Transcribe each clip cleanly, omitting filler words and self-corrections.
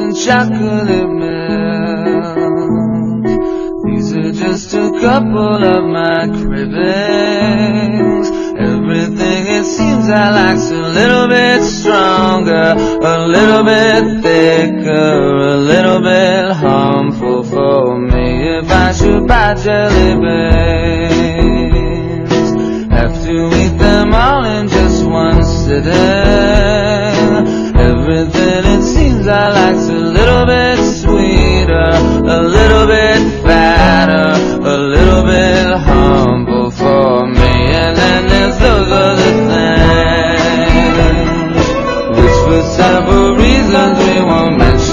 and chocolate milk. These are just a couple of my cravings. Everything it seems I like's a little bit stronger, a little bit thicker, a little bit harmful for me. If I should buy jelly beans, have to eat them all in just one sitting. Everything it seems I like's a little bit sweeter, a little bit fatter, a little bit humble for me. And then there's those other things, which for several reasons we won't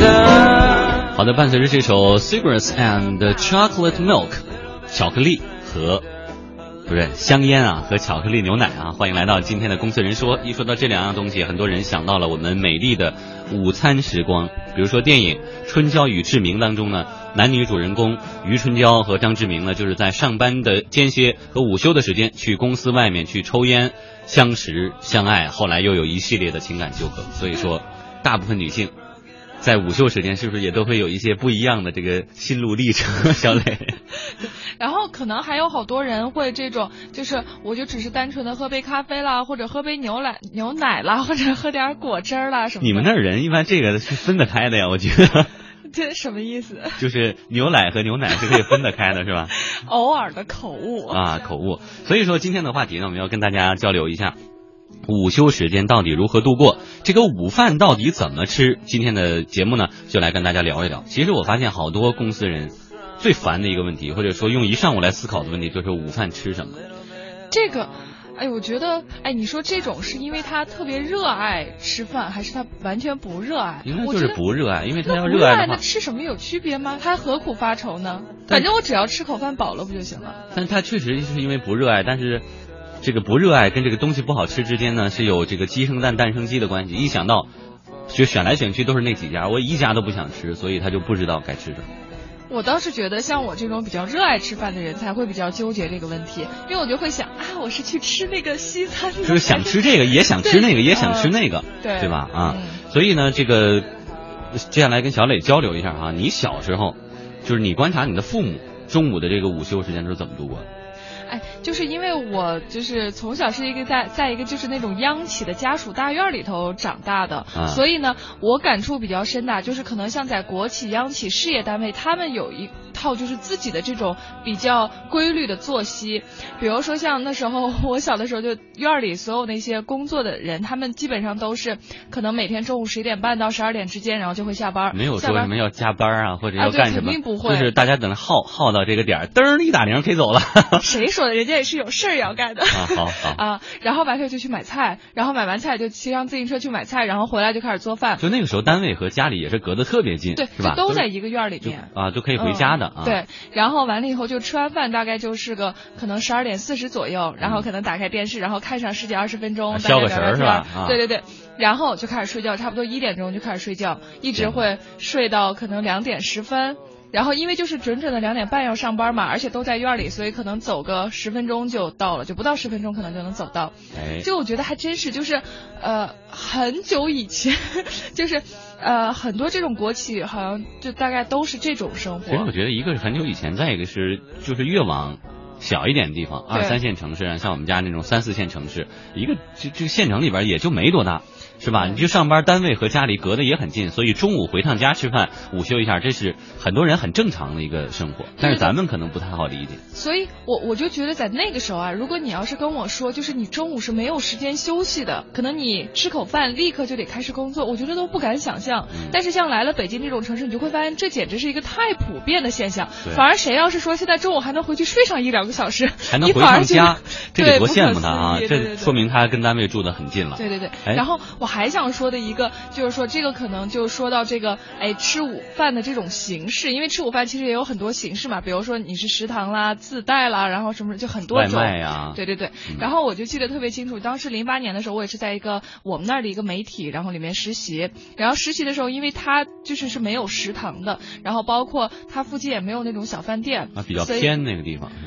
mention. 好的，伴随着这首 Cigarettes and Chocolate Milk 巧克力和不是香烟啊和巧克力牛奶啊，欢迎来到今天的公司人说。一说到这两样东西，很多人想到了我们美丽的午餐时光。比如说电影《春娇与志明》当中呢，男女主人公于春娇和张志明呢，就是在上班的间歇和午休的时间去公司外面去抽烟，相识相爱，后来又有一系列的情感纠葛。所以说大部分女性在午休时间是不是也都会有一些不一样的这个心路历程？小磊然后可能还有好多人会这种，就是我就只是单纯的喝杯咖啡啦，或者喝杯牛奶啦，或者喝点果汁啦什么的。 你们那儿人一般这个是分得开的呀，我觉得。 这什么意思？ 就是牛奶和牛奶是可以分得开的，是吧？ 偶尔的口误啊，口误。所以说今天的话题呢，我们要跟大家交流一下午休时间到底如何度过，这个午饭到底怎么吃。今天的节目呢，就来跟大家聊一聊。其实我发现好多公司人最烦的一个问题，或者说用一上午来思考的问题，就是午饭吃什么。 这个我觉得你说这种是因为他特别热爱吃饭，还是他完全不热爱？ 应该就是不热爱，因为他要热爱的话， 那吃什么有区别吗？他何苦发愁呢？反正我只要吃口饭饱了不就行了。 但他确实是因为不热爱，但是这个不热爱跟这个东西不好吃之间呢，是有这个鸡生蛋蛋生鸡的关系。一想到就选来选去都是那几家，我一家都不想吃，所以他就不知道该吃什么。 我倒是觉得像我这种比较热爱吃饭的人才会比较纠结这个问题，因为我就会想我是去吃那个西餐的， 就是想吃这个也想吃那个也想吃那个，对吧？所以呢，这个接下来跟小磊交流一下哈，你小时候就是你观察你的父母中午的这个午休时间都是怎么度过的？ 就是因为我就是从小是一个在一个就是那种央企的家属大院里头长大的，所以呢，我感触比较深的，就是可能像在国企、央企、事业单位，他们有一套就是自己的这种比较规律的作息。比如说像那时候我小的时候，就院里所有那些工作的人，他们基本上都是可能每天中午11点半到12点之间，然后就会下班。 没有说什么要加班啊，或者要干什么， 肯定不会， 就是大家等耗到这个点，噔一打铃可以走了。 谁说的？人家也是有事儿要干的。 好然后完事就去买菜，然后买完菜就骑上自行车去买菜，然后回来就开始做饭。 就那个时候单位和家里也是隔得特别近， 对， 是吧？ 都在一个院里面就可以回家的。 对，然后完了以后就吃完饭大概就是个可能12点40左右，然后可能打开电视，然后看上10几20分钟， 消个神是吧？ 对，然后就开始睡觉，差不多1点钟就开始睡觉，一直会睡到可能2点10分。然后因为就是准的2点半要上班嘛，而且都在院里，所以可能走个10分钟就到了，就不到10分钟可能就能走到。就我觉得还真是就是很久以前就是很多这种国企好像就大概都是这种生活。 其实我觉得一个是很久以前，再一个是就是越往小一点的地方，2、3线城市，像我们家那种3、4线城市，一个这个县城里边也就没多大。是吧？你就上班单位和家里隔得也很近，所以中午回趟家吃饭，午休一下，这是很多人很正常的一个生活。但是咱们可能不太好理解。 所以我就觉得在那个时候如果你要是跟我说，就是你中午是没有时间休息的，可能你吃口饭立刻就得开始工作，我觉得都不敢想象。但是像来了北京这种城市，你就会发现这简直是一个太普遍的现象。反而谁要是说现在中午还能回去睡上1-2个小时， 还能回上家，这得多羡慕他啊！ 这说明他跟单位住得很近了。 对。然后我还想说的一个就是说，这个可能就说到这个吃午饭的这种形式，因为吃午饭其实也有很多形式嘛，比如说你是食堂啦、自带啦，然后什么就很多种外卖呀。 对。然后我就记得特别清楚，当时08年的时候，我也是在一个我们那儿的一个媒体，然后里面实习。然后实习的时候，因为它是没有食堂的，然后包括它附近也没有那种小饭店比较偏那个地方是吧？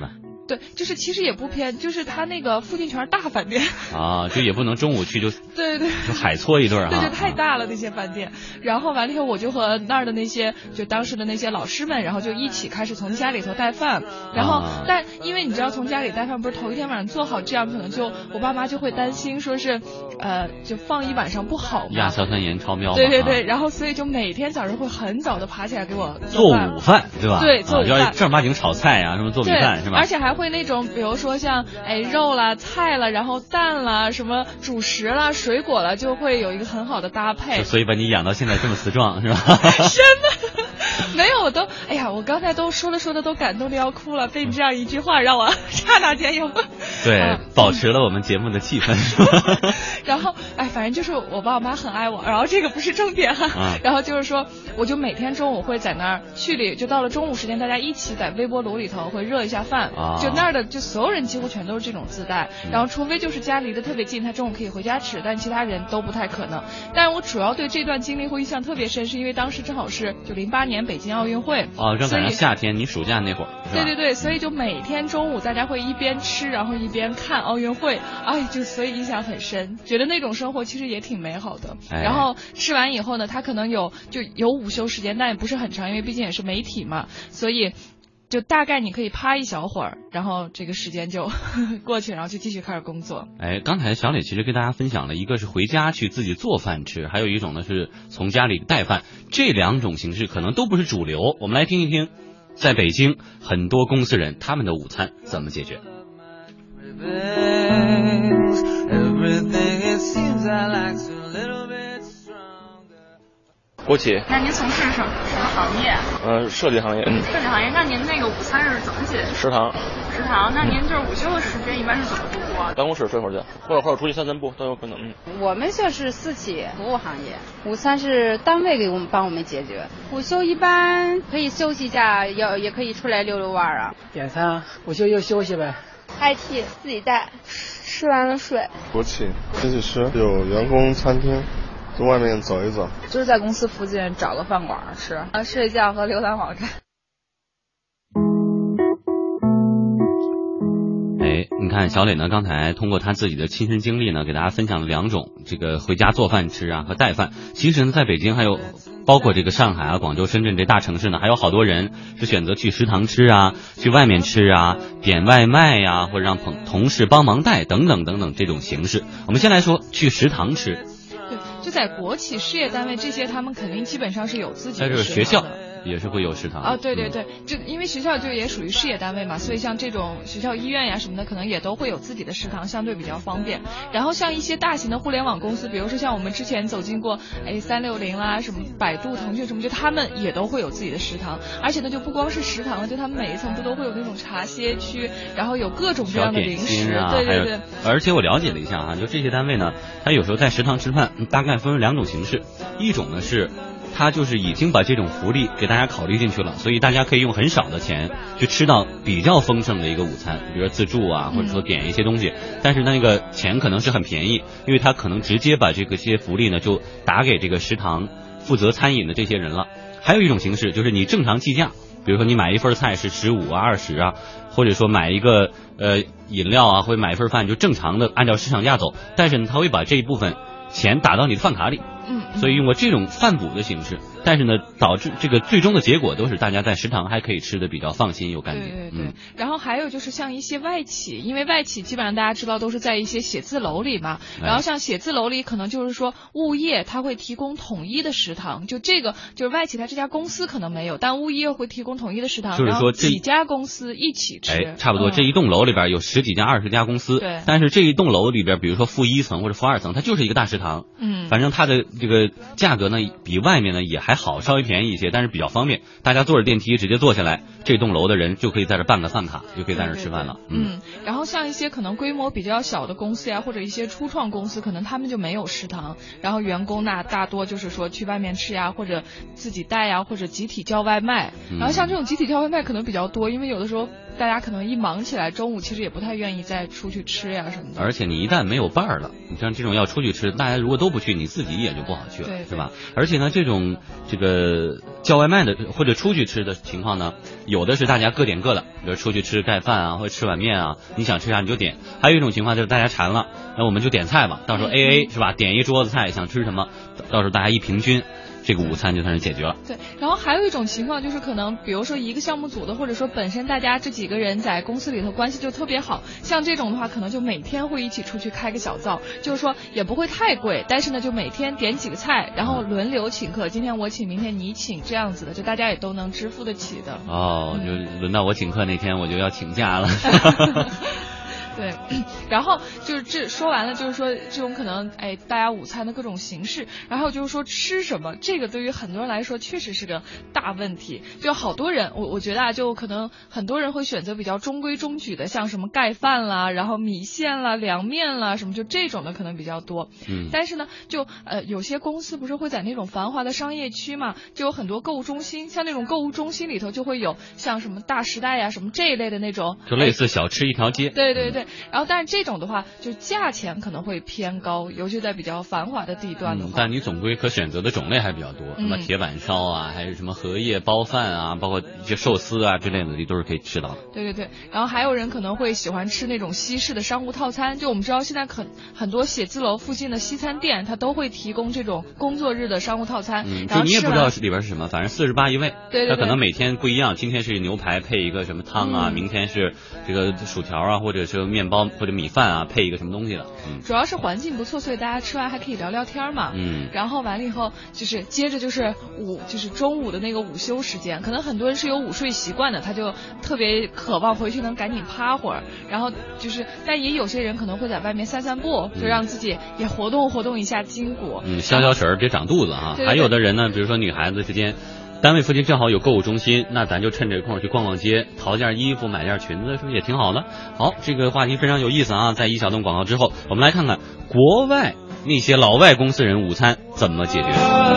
对，就是其实也不偏，就是它那个附近全是大饭店啊，就也不能中午去就对对， 就海搓一顿啊， 对，就太大了那些饭店。然后完了以后，我就和那儿的那些就当时的那些老师们，然后就一起开始从家里头带饭。然后但因为你知道从家里带饭不是头一天晚上做好，这样可能就我爸妈就会担心说是就放一晚上不好嘛， 亚硝酸盐超标嘛。 对对对，然后所以就每天早上会很早的爬起来给我做午饭，对吧？ 对，做午饭， 正儿八经炒菜啊，什么做米饭是吧？ 而且还会那种比如说像肉啦、菜啦，然后蛋啦、什么主食啦、水果啦，就会有一个很好的搭配。 所以把你养到现在这么慈壮是吧？ 真的没有，我都我刚才都说的都感动的要哭了，被你这样一句话让我刹那间有对，保持了我们节目的气氛是吧？ 然后反正就是我爸我妈很爱我，然后这个不是重点哈。然后就是说，我就每天中午会在那儿去里，就到了中午时间，大家一起在微波炉里头会热一下饭，就那儿的就所有人几乎全都是这种自带，然后除非就是家离得特别近，他中午可以回家吃，但其他人都不太可能。但是我主要对这段经历会印象特别深，是因为当时正好是就08年北京奥运会正赶上夏天，你暑假那会儿， 对对对，所以就每天中午大家会一边吃，然后一边看奥运会，就所以印象很深，觉得那种生活其实也挺美好的。然后吃完以后呢，他可能有午休时间，但也不是很长，因为毕竟也是媒体嘛，所以就大概你可以趴一小会儿，然后这个时间就过去，然后就继续开始工作。 刚才小磊其实跟大家分享了一个是回家去自己做饭吃，还有一种呢是从家里带饭，这两种形式可能都不是主流。我们来听一听，在北京很多公司人他们的午餐怎么解决。 国企。 那您从事什么行业？ 设计行业。 设计行业，那您那个午餐是怎么解决？ 食堂。 食堂，那您就是午休的时间一般是怎么度过？ 办公室睡会儿觉，或者出去散步都有可能。 我们就是私企服务行业，午餐是单位帮我们解决，午休一般可以休息一下，也可以出来溜溜弯啊。 点餐，午休就休息呗。 IT 自己带，吃完了睡。 国企自己吃，有员工餐厅，在外面走一走。 就是在公司附近找个饭馆吃，睡觉和浏览网站。 你看小磊呢，刚才通过他自己的亲身经历呢，给大家分享了两种这个回家做饭吃啊和带饭。其实呢，在北京还有包括这个上海啊、广州、深圳这大城市呢，还有好多人是选择去食堂吃啊，去外面吃啊，点外卖呀，或者让同事帮忙带等等等等这种形式。我们先来说去食堂吃。 对，就在国企事业单位这些，他们肯定基本上是有自己的食堂的。 在这个学校也是会有食堂对对对，就因为学校就也属于事业单位嘛，所以像这种学校医院呀什么的，可能也都会有自己的食堂，相对比较方便。然后像一些大型的互联网公司，比如说像我们之前走进过360啦，什么百度、腾讯什么，就他们也都会有自己的食堂。而且呢，就不光是食堂了，就他们每一层不都会有那种茶歇区，然后有各种各样的零食对对对。 而且我了解了一下就这些单位呢，他有时候在食堂吃饭，大概分为两种形式，一种呢是他就是已经把这种福利给大家考虑进去了，所以大家可以用很少的钱去吃到比较丰盛的一个午餐，比如说自助啊，或者说点一些东西，但是那个钱可能是很便宜，因为他可能直接把这些福利呢就打给这个食堂负责餐饮的这些人了。还有一种形式就是你正常计价，比如说你买一份菜是15啊、20啊，或者说买一个饮料啊，或者买一份饭就正常的按照市场价走，但是呢他会把这一部分钱打到你的饭卡里，所以用过这种饭补的形式，但是呢导致这个最终的结果都是大家在食堂还可以吃的比较放心有干净。 对对对。然后还有就是像一些外企，因为外企基本上大家知道都是在一些写字楼里嘛，然后像写字楼里可能就是说物业它会提供统一的食堂，就这个就是外企它这家公司可能没有，但物业会提供统一的食堂， 就是说几家公司一起吃。 差不多这一栋楼里边有10几家、20家公司， 对， 但是这一栋楼里边比如说负1层或者负2层，它就是一个大食堂，反正它的这个价格呢比外面呢也还好，稍微便宜一些，但是比较方便，大家坐着电梯直接坐下来，这栋楼的人就可以在这办个饭卡，就可以在这吃饭了。 然后像一些可能规模比较小的公司呀，或者一些初创公司，可能他们就没有食堂，然后员工呢大多就是说去外面吃呀，或者自己带呀，或者集体叫外卖。然后像这种集体叫外卖可能比较多，因为有的时候大家可能一忙起来，中午其实也不太愿意再出去吃呀什么的。 而且你一旦没有伴儿了，你像这种要出去吃，大家如果都不去，你自己也就不好去了， 对， 是吧？而且呢，这个叫外卖的或者出去吃的情况呢，有的是大家各点各的，比如出去吃盖饭啊，或者吃碗面啊，你想吃啥你就点。还有一种情况就是大家馋了，那我们就点菜吧，到时候 AA 是吧？点一桌子菜，想吃什么，到时候大家一平均。这个午餐就算是解决了。 对，然后还有一种情况就是可能，比如说一个项目组的，或者说本身大家这几个人在公司里头关系就特别好，像这种的话，可能就每天会一起出去开个小灶，就是说也不会太贵，但是呢，就每天点几个菜，然后轮流请客，今天我请，明天你请，这样子的，就大家也都能支付得起的。 哦，就轮到我请客那天，我就要请假了。 对，然后就是这说完了，就是说这种可能大家午餐的各种形式，然后就是说吃什么，这个对于很多人来说确实是个大问题。就好多人，我觉得啊，就可能很多人会选择比较中规中矩的，像什么盖饭啦，然后米线啦、凉面啦，什么就这种的可能比较多。但是呢，就有些公司不是会在那种繁华的商业区嘛，就有很多购物中心，像那种购物中心里头就会有像什么大时代呀、什么这一类的那种， 就类似小吃一条街。 对对对。然后但是这种的话就价钱可能会偏高，尤其在比较繁华的地段的话。 但你总归可选择的种类还比较多，什么铁板烧啊，还是什么荷叶包饭啊，包括一些寿司啊之类的，都是可以吃到的。 对对对。然后还有人可能会喜欢吃那种西式的商务套餐，就我们知道现在很多写字楼附近的西餐店它都会提供这种工作日的商务套餐。 就你也不知道里边是什么，反正48一位。 对对对。 它可能每天不一样，今天是牛排配一个什么汤啊，明天是这个薯条啊，或者是面包或者米饭啊，配一个什么东西的。 主要是环境不错，所以大家吃完还可以聊聊天嘛。然后完了以后就是接着就是中午的那个午休时间，可能很多人是有午睡习惯的，他就特别渴望回去能赶紧趴会儿。然后但也有些人可能会在外面散散步，就让自己也活动活动一下筋骨。 消消食儿，别长肚子啊。还有的人呢，比如说女孩子之间。单位附近正好有购物中心，那咱就趁这空去逛逛街，淘件衣服，买件裙子，是不是也挺好的？好，这个话题非常有意思啊！在一小段广告之后，我们来看看国外那些老外公司人午餐怎么解决。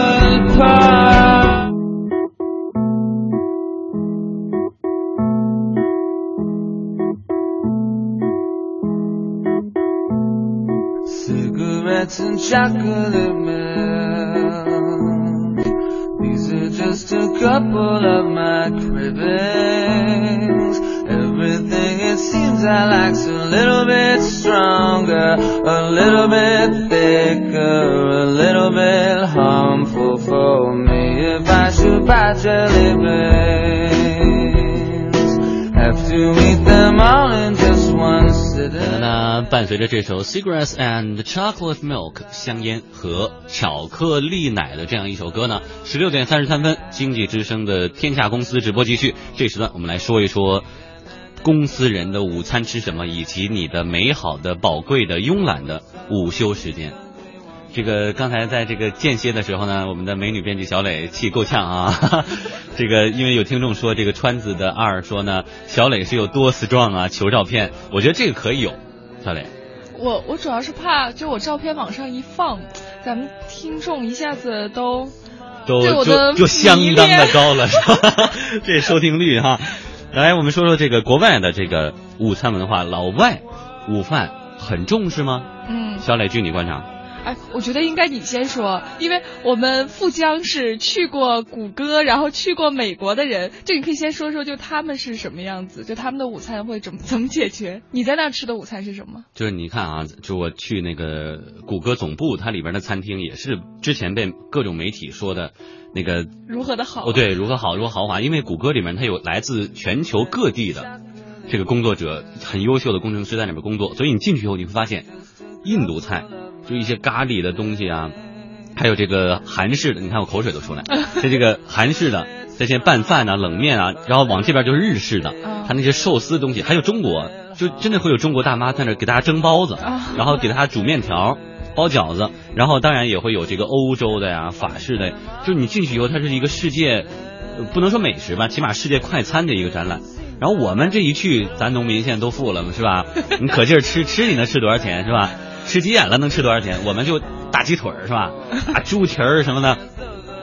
Cigarettes and chocolate milk. These are just a couple of my cravings. Everything it seems I like's a little bit stronger, a little bit thicker, a little bit harmful for me. If I should buy jelly beans, have to eat them all in just one sitting. 那伴随着这首 Cigarettes and Chocolate Milk 香烟和巧克力奶的这样一首歌呢，16点33分，经济之声的天下公司直播继续。这时段我们来说一说公司人的午餐吃什么，以及你的美好的、宝贵的、慵懒的午休时间。这个刚才在这个间歇的时候呢，我们的美女编辑小磊气够呛啊。这个因为有听众说这个川子的二说呢，小磊是有多 strong 啊，求照片。我觉得这个可以有，小磊。 我主要是怕，就我照片往上一放，咱们听众一下子都就相当的高了，是吧？这收听率哈。来，我们说说这个国外的这个午餐文化，老外午饭很重视吗？小磊，据你观察。 我觉得应该你先说，因为我们富江是去过谷歌，然后去过美国的人，就你可以先说说，就他们是什么样子，就他们的午餐会怎么解决？你在那吃的午餐是什么？ 就是你看啊，就我去那个谷歌总部，它里边的餐厅也是之前被各种媒体说的那个如何的好对，如何好，如何豪华，因为谷歌里面它有来自全球各地的这个工作者，很优秀的工程师在里面工作，所以你进去以后你会发现印度菜。就一些咖喱的东西啊，还有这个韩式的，你看我口水都出来。这个韩式的这些拌饭啊、冷面啊，然后往这边就是日式的，它那些寿司东西，还有中国，就真的会有中国大妈在那给大家蒸包子，然后给大家煮面条、包饺子，然后当然也会有这个欧洲的呀、法式的，就你进去以后，它是一个世界，不能说美食吧，起码世界快餐的一个展览。然后我们这一去，咱农民现在都富了嘛，是吧？你可劲儿吃你能吃多少钱，是吧？吃急眼了能吃多少钱？我们就大鸡腿是吧？大猪蹄儿什么的，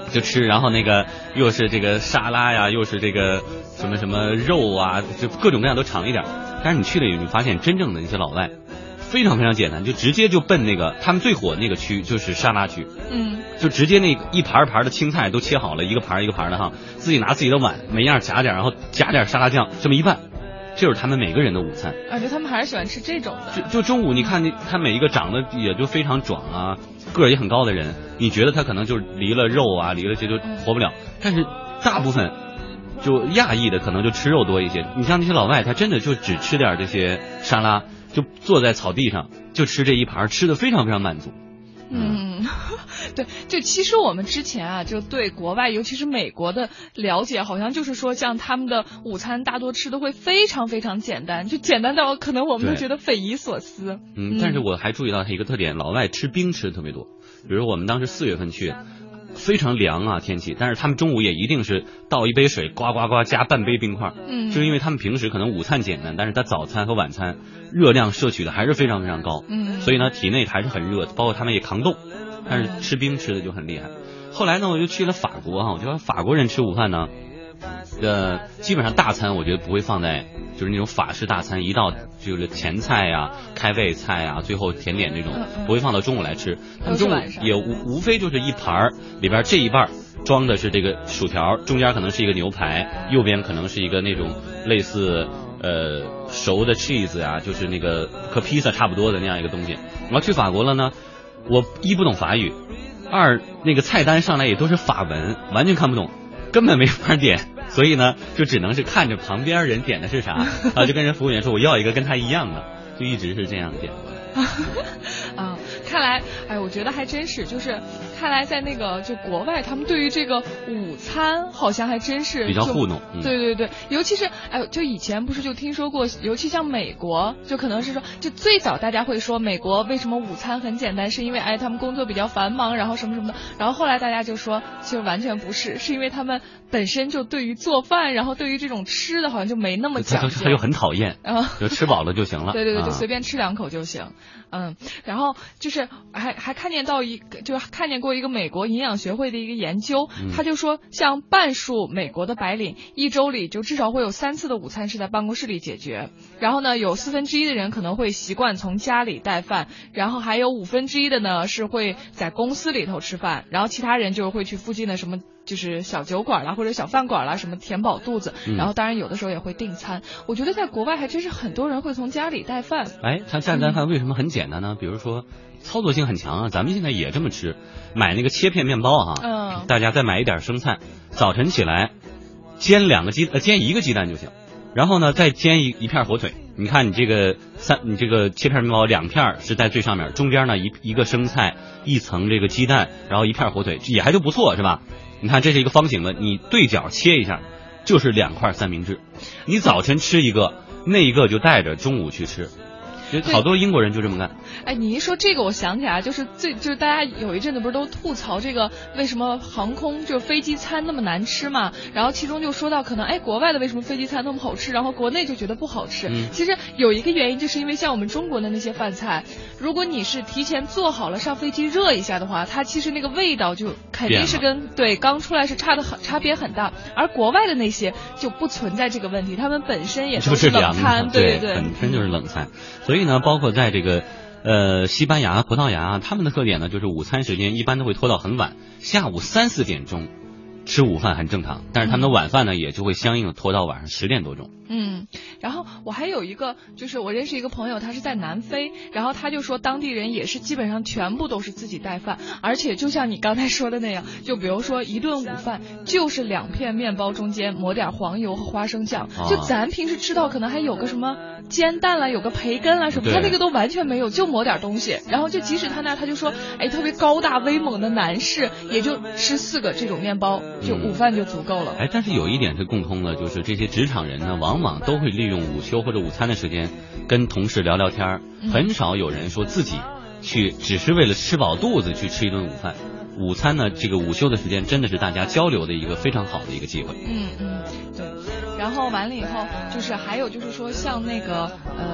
就吃，然后那个又是这个沙拉呀，又是这个什么什么肉啊，就各种各样都尝一点。但是你去了以后，你发现真正的那些老外非常非常简单，就直接就奔那个他们最火那个区，就是沙拉区。就直接那一盘一盘的青菜都切好了，一个盘一个盘的哈，自己拿自己的碗每样夹点，然后加点沙拉酱，这么一拌，这就是他们每个人的午餐。 就他们还是喜欢吃这种的。 就中午你看他每一个长得也就非常壮啊，个儿也很高的人，你觉得他可能就离了肉啊，离了这就活不了。但是大部分就亚裔的可能就吃肉多一些。你像那些老外，他真的就只吃点这些沙拉，就坐在草地上就吃这一盘，吃得非常非常满足。 对，就其实我们之前啊，就对国外，尤其是美国的了解，好像就是说，像他们的午餐大多吃的会非常非常简单，就简单到可能我们都觉得匪夷所思。 但是我还注意到它一个特点，老外吃冰吃的特别多。比如我们当时4月份去，非常凉啊天气，但是他们中午也一定是倒一杯水，呱呱呱加半杯冰块。就是因为他们平时可能午餐简单，但是他早餐和晚餐热量摄取的还是非常非常高。所以呢体内还是很热，包括他们也扛冻。但是吃冰吃的就很厉害。后来呢，我就去了法国哈，我觉得法国人吃午饭呢，基本上大餐我觉得不会放在就是那种法式大餐，一道就是前菜呀、开胃菜呀，最后甜点这种，不会放到中午来吃。他们中午也无非就是一盘里边这一半装的是这个薯条，中间可能是一个牛排，右边可能是一个那种类似熟的 cheese 呀，就是那个和披萨差不多的那样一个东西。我要去法国了呢。我一不懂法语，二那个菜单上来也都是法文，完全看不懂，根本没法点，所以呢就只能是看着旁边人点的是啥，就跟人服务员说我要一个跟他一样的，就一直是这样点。 看来，我觉得还真是，就是看来在那个就国外，他们对于这个午餐好像还真是比较糊弄。 对，尤其是就以前不是就听说过，尤其像美国，就可能是说，就最早大家会说美国为什么午餐很简单，是因为他们工作比较繁忙，然后什么什么的，然后后来大家就说，其实完全不是，是因为他们本身就对于做饭，然后对于这种吃的好像就没那么讲究， 他又很讨厌，就吃饱了就行了。 对，就随便吃2口就行。然后就是还看见过一个美国营养学会的一个研究，他就说像半数美国的白领一周里就至少会有3次的午餐是在办公室里解决，然后呢有1/4的人可能会习惯从家里带饭，然后还有1/5的呢是会在公司里头吃饭，然后其他人就会去附近的什么就是小酒馆啦或者小饭馆啦什么填饱肚子，然后当然有的时候也会订餐。我觉得在国外还真是很多人会从家里带饭。 他家里带饭为什么很简单呢？比如说操作性很强啊，咱们现在也这么吃，买那个切片面包大家再买一点生菜，早晨起来煎一个鸡蛋就行，然后呢再煎一片火腿。你看你这个切片面包2片是在最上面，中间呢一个生菜，一层这个鸡蛋，然后一片火腿，也还就不错是吧？你看这是一个方形的，你对角切一下就是2块三明治，你早晨吃一个，那一个就带着中午去吃。好多英国人就这么干。 你一说这个，我想起来，就是大家有一阵子不是都吐槽这个为什么航空就是飞机餐那么难吃嘛？然后其中就说到可能国外的为什么飞机餐那么好吃，然后国内就觉得不好吃。其实有一个原因，就是因为像我们中国的那些饭菜，如果你是提前做好了上飞机热一下的话，它其实那个味道就肯定是跟刚出来是差别很大。而国外的那些就不存在这个问题，他们本身也都是冷餐，对， 本身就是冷餐。所以呢，包括在这个西班牙、葡萄牙，他们的特点呢，就是午餐时间一般都会拖到很晚，下午3、4点钟吃午饭很正常，但是他们的晚饭呢，也就会相应的拖到晚上10点多钟。 然后我还有一个，就是我认识一个朋友，他是在南非，然后他就说当地人也是基本上全部都是自己带饭，而且就像你刚才说的那样，就比如说一顿午饭就是2片面包中间抹点黄油和花生酱，就咱平时吃到可能还有个什么煎蛋啦，有个培根啦什么，他那个都完全没有，就抹点东西，然后就即使他那他就说特别高大威猛的男士也就吃4个这种面包，就午饭就足够了。 但是有一点是共通的，就是这些职场人呢，往往都会利用午休或者午餐的时间跟同事聊聊天，很少有人说自己去只是为了吃饱肚子去吃一顿午饭。午餐呢，这个午休的时间真的是大家交流的一个非常好的一个机会。 对。然后完了以后，就是还有就是说像那个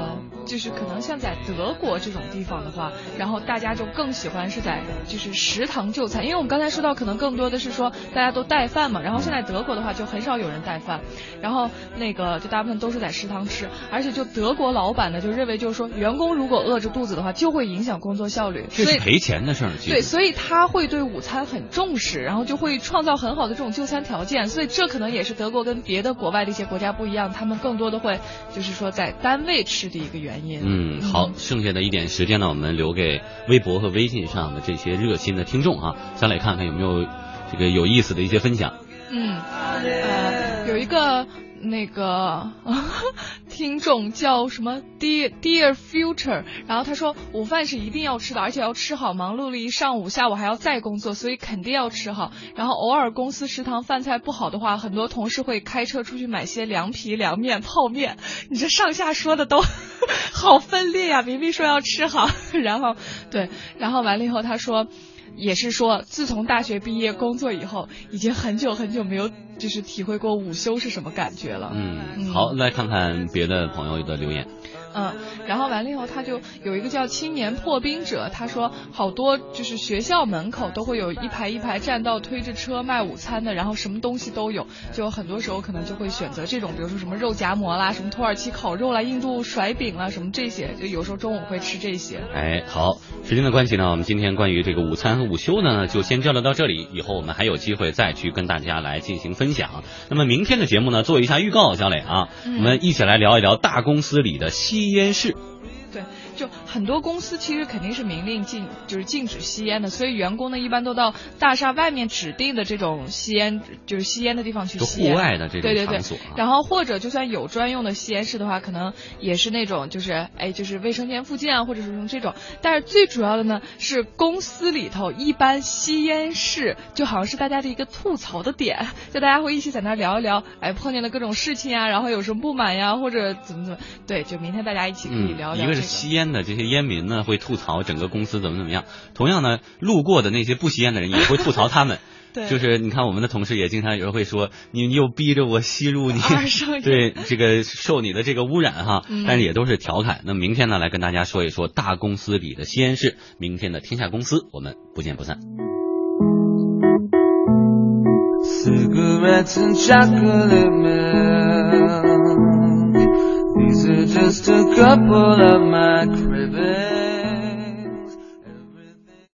就是可能像在德国这种地方的话，然后大家就更喜欢是在就是食堂就餐，因为我们刚才说到可能更多的是说大家都带饭嘛，然后现在德国的话就很少有人带饭，然后那个就大部分都是在食堂吃，而且就德国老板呢就认为就是说员工如果饿着肚子的话就会影响工作效率， 这是赔钱的事儿。 对，所以他会对午餐很重视，然后就会创造很好的这种就餐条件，所以这可能也是德国跟别的国外的一些国家不一样，他们更多的会就是说在单位吃的一个原因。 好，剩下的一点时间呢，我们留给微博和微信上的这些热心的听众啊，先来看看有没有这个有意思的一些分享。 有一个那个听众叫什么 Dear Future， 然后他说午饭是一定要吃的，而且要吃好，忙碌了一上午，下午还要再工作，所以肯定要吃好。然后偶尔公司食堂饭菜不好的话，很多同事会开车出去买些凉皮、凉面、泡面。你这上下说的都好分裂呀，明明说要吃好，然后完了以后他说也是说自从大学毕业工作以后，已经很久很久没有就是体会过午休是什么感觉了。 好，来看看别的朋友的留言。 然后完了以后他就有一个叫青年破冰者，他说好多就是学校门口都会有一排一排站到推着车卖午餐的，然后什么东西都有，就很多时候可能就会选择这种，比如说什么肉夹馍啦，什么土耳其烤肉啦，印度甩饼啦，什么这些，就有时候中午会吃这些。 好，时间的关系呢，我们今天关于这个午餐和午休呢就先交流到这里，以后我们还有机会再去跟大家来进行分享。那么明天的节目呢做一下预告，小磊啊，我们一起来聊一聊大公司里的吸烟室。 对，就很多公司其实肯定是明令就是禁止吸烟的，所以员工呢一般都到大厦外面指定的这种吸烟的地方去吸烟， 户外的这种场所。 对，然后或者就算有专用的吸烟室的话，可能也是那种就是就是卫生间附近啊，或者是用这种。但是最主要的呢是公司里头一般吸烟室就好像是大家的一个吐槽的点，就大家会一起在那聊一聊碰见的各种事情啊，然后有什么不满呀，或者怎么对，就明天大家一起可以聊聊一个是吸烟的这些烟民呢会吐槽整个公司怎么样，同样呢路过的那些不吸烟的人也会吐槽他们。 对， 就是你看我们的同事也经常有人会说你又逼着我吸入你对这个受你的这个污染哈，但是也都是调侃。那么明天呢来跟大家说一说大公司里的吸烟室，明天的天下公司我们不见不散。 Cigarettes and chocolate milk, these are just a couple of my cribbing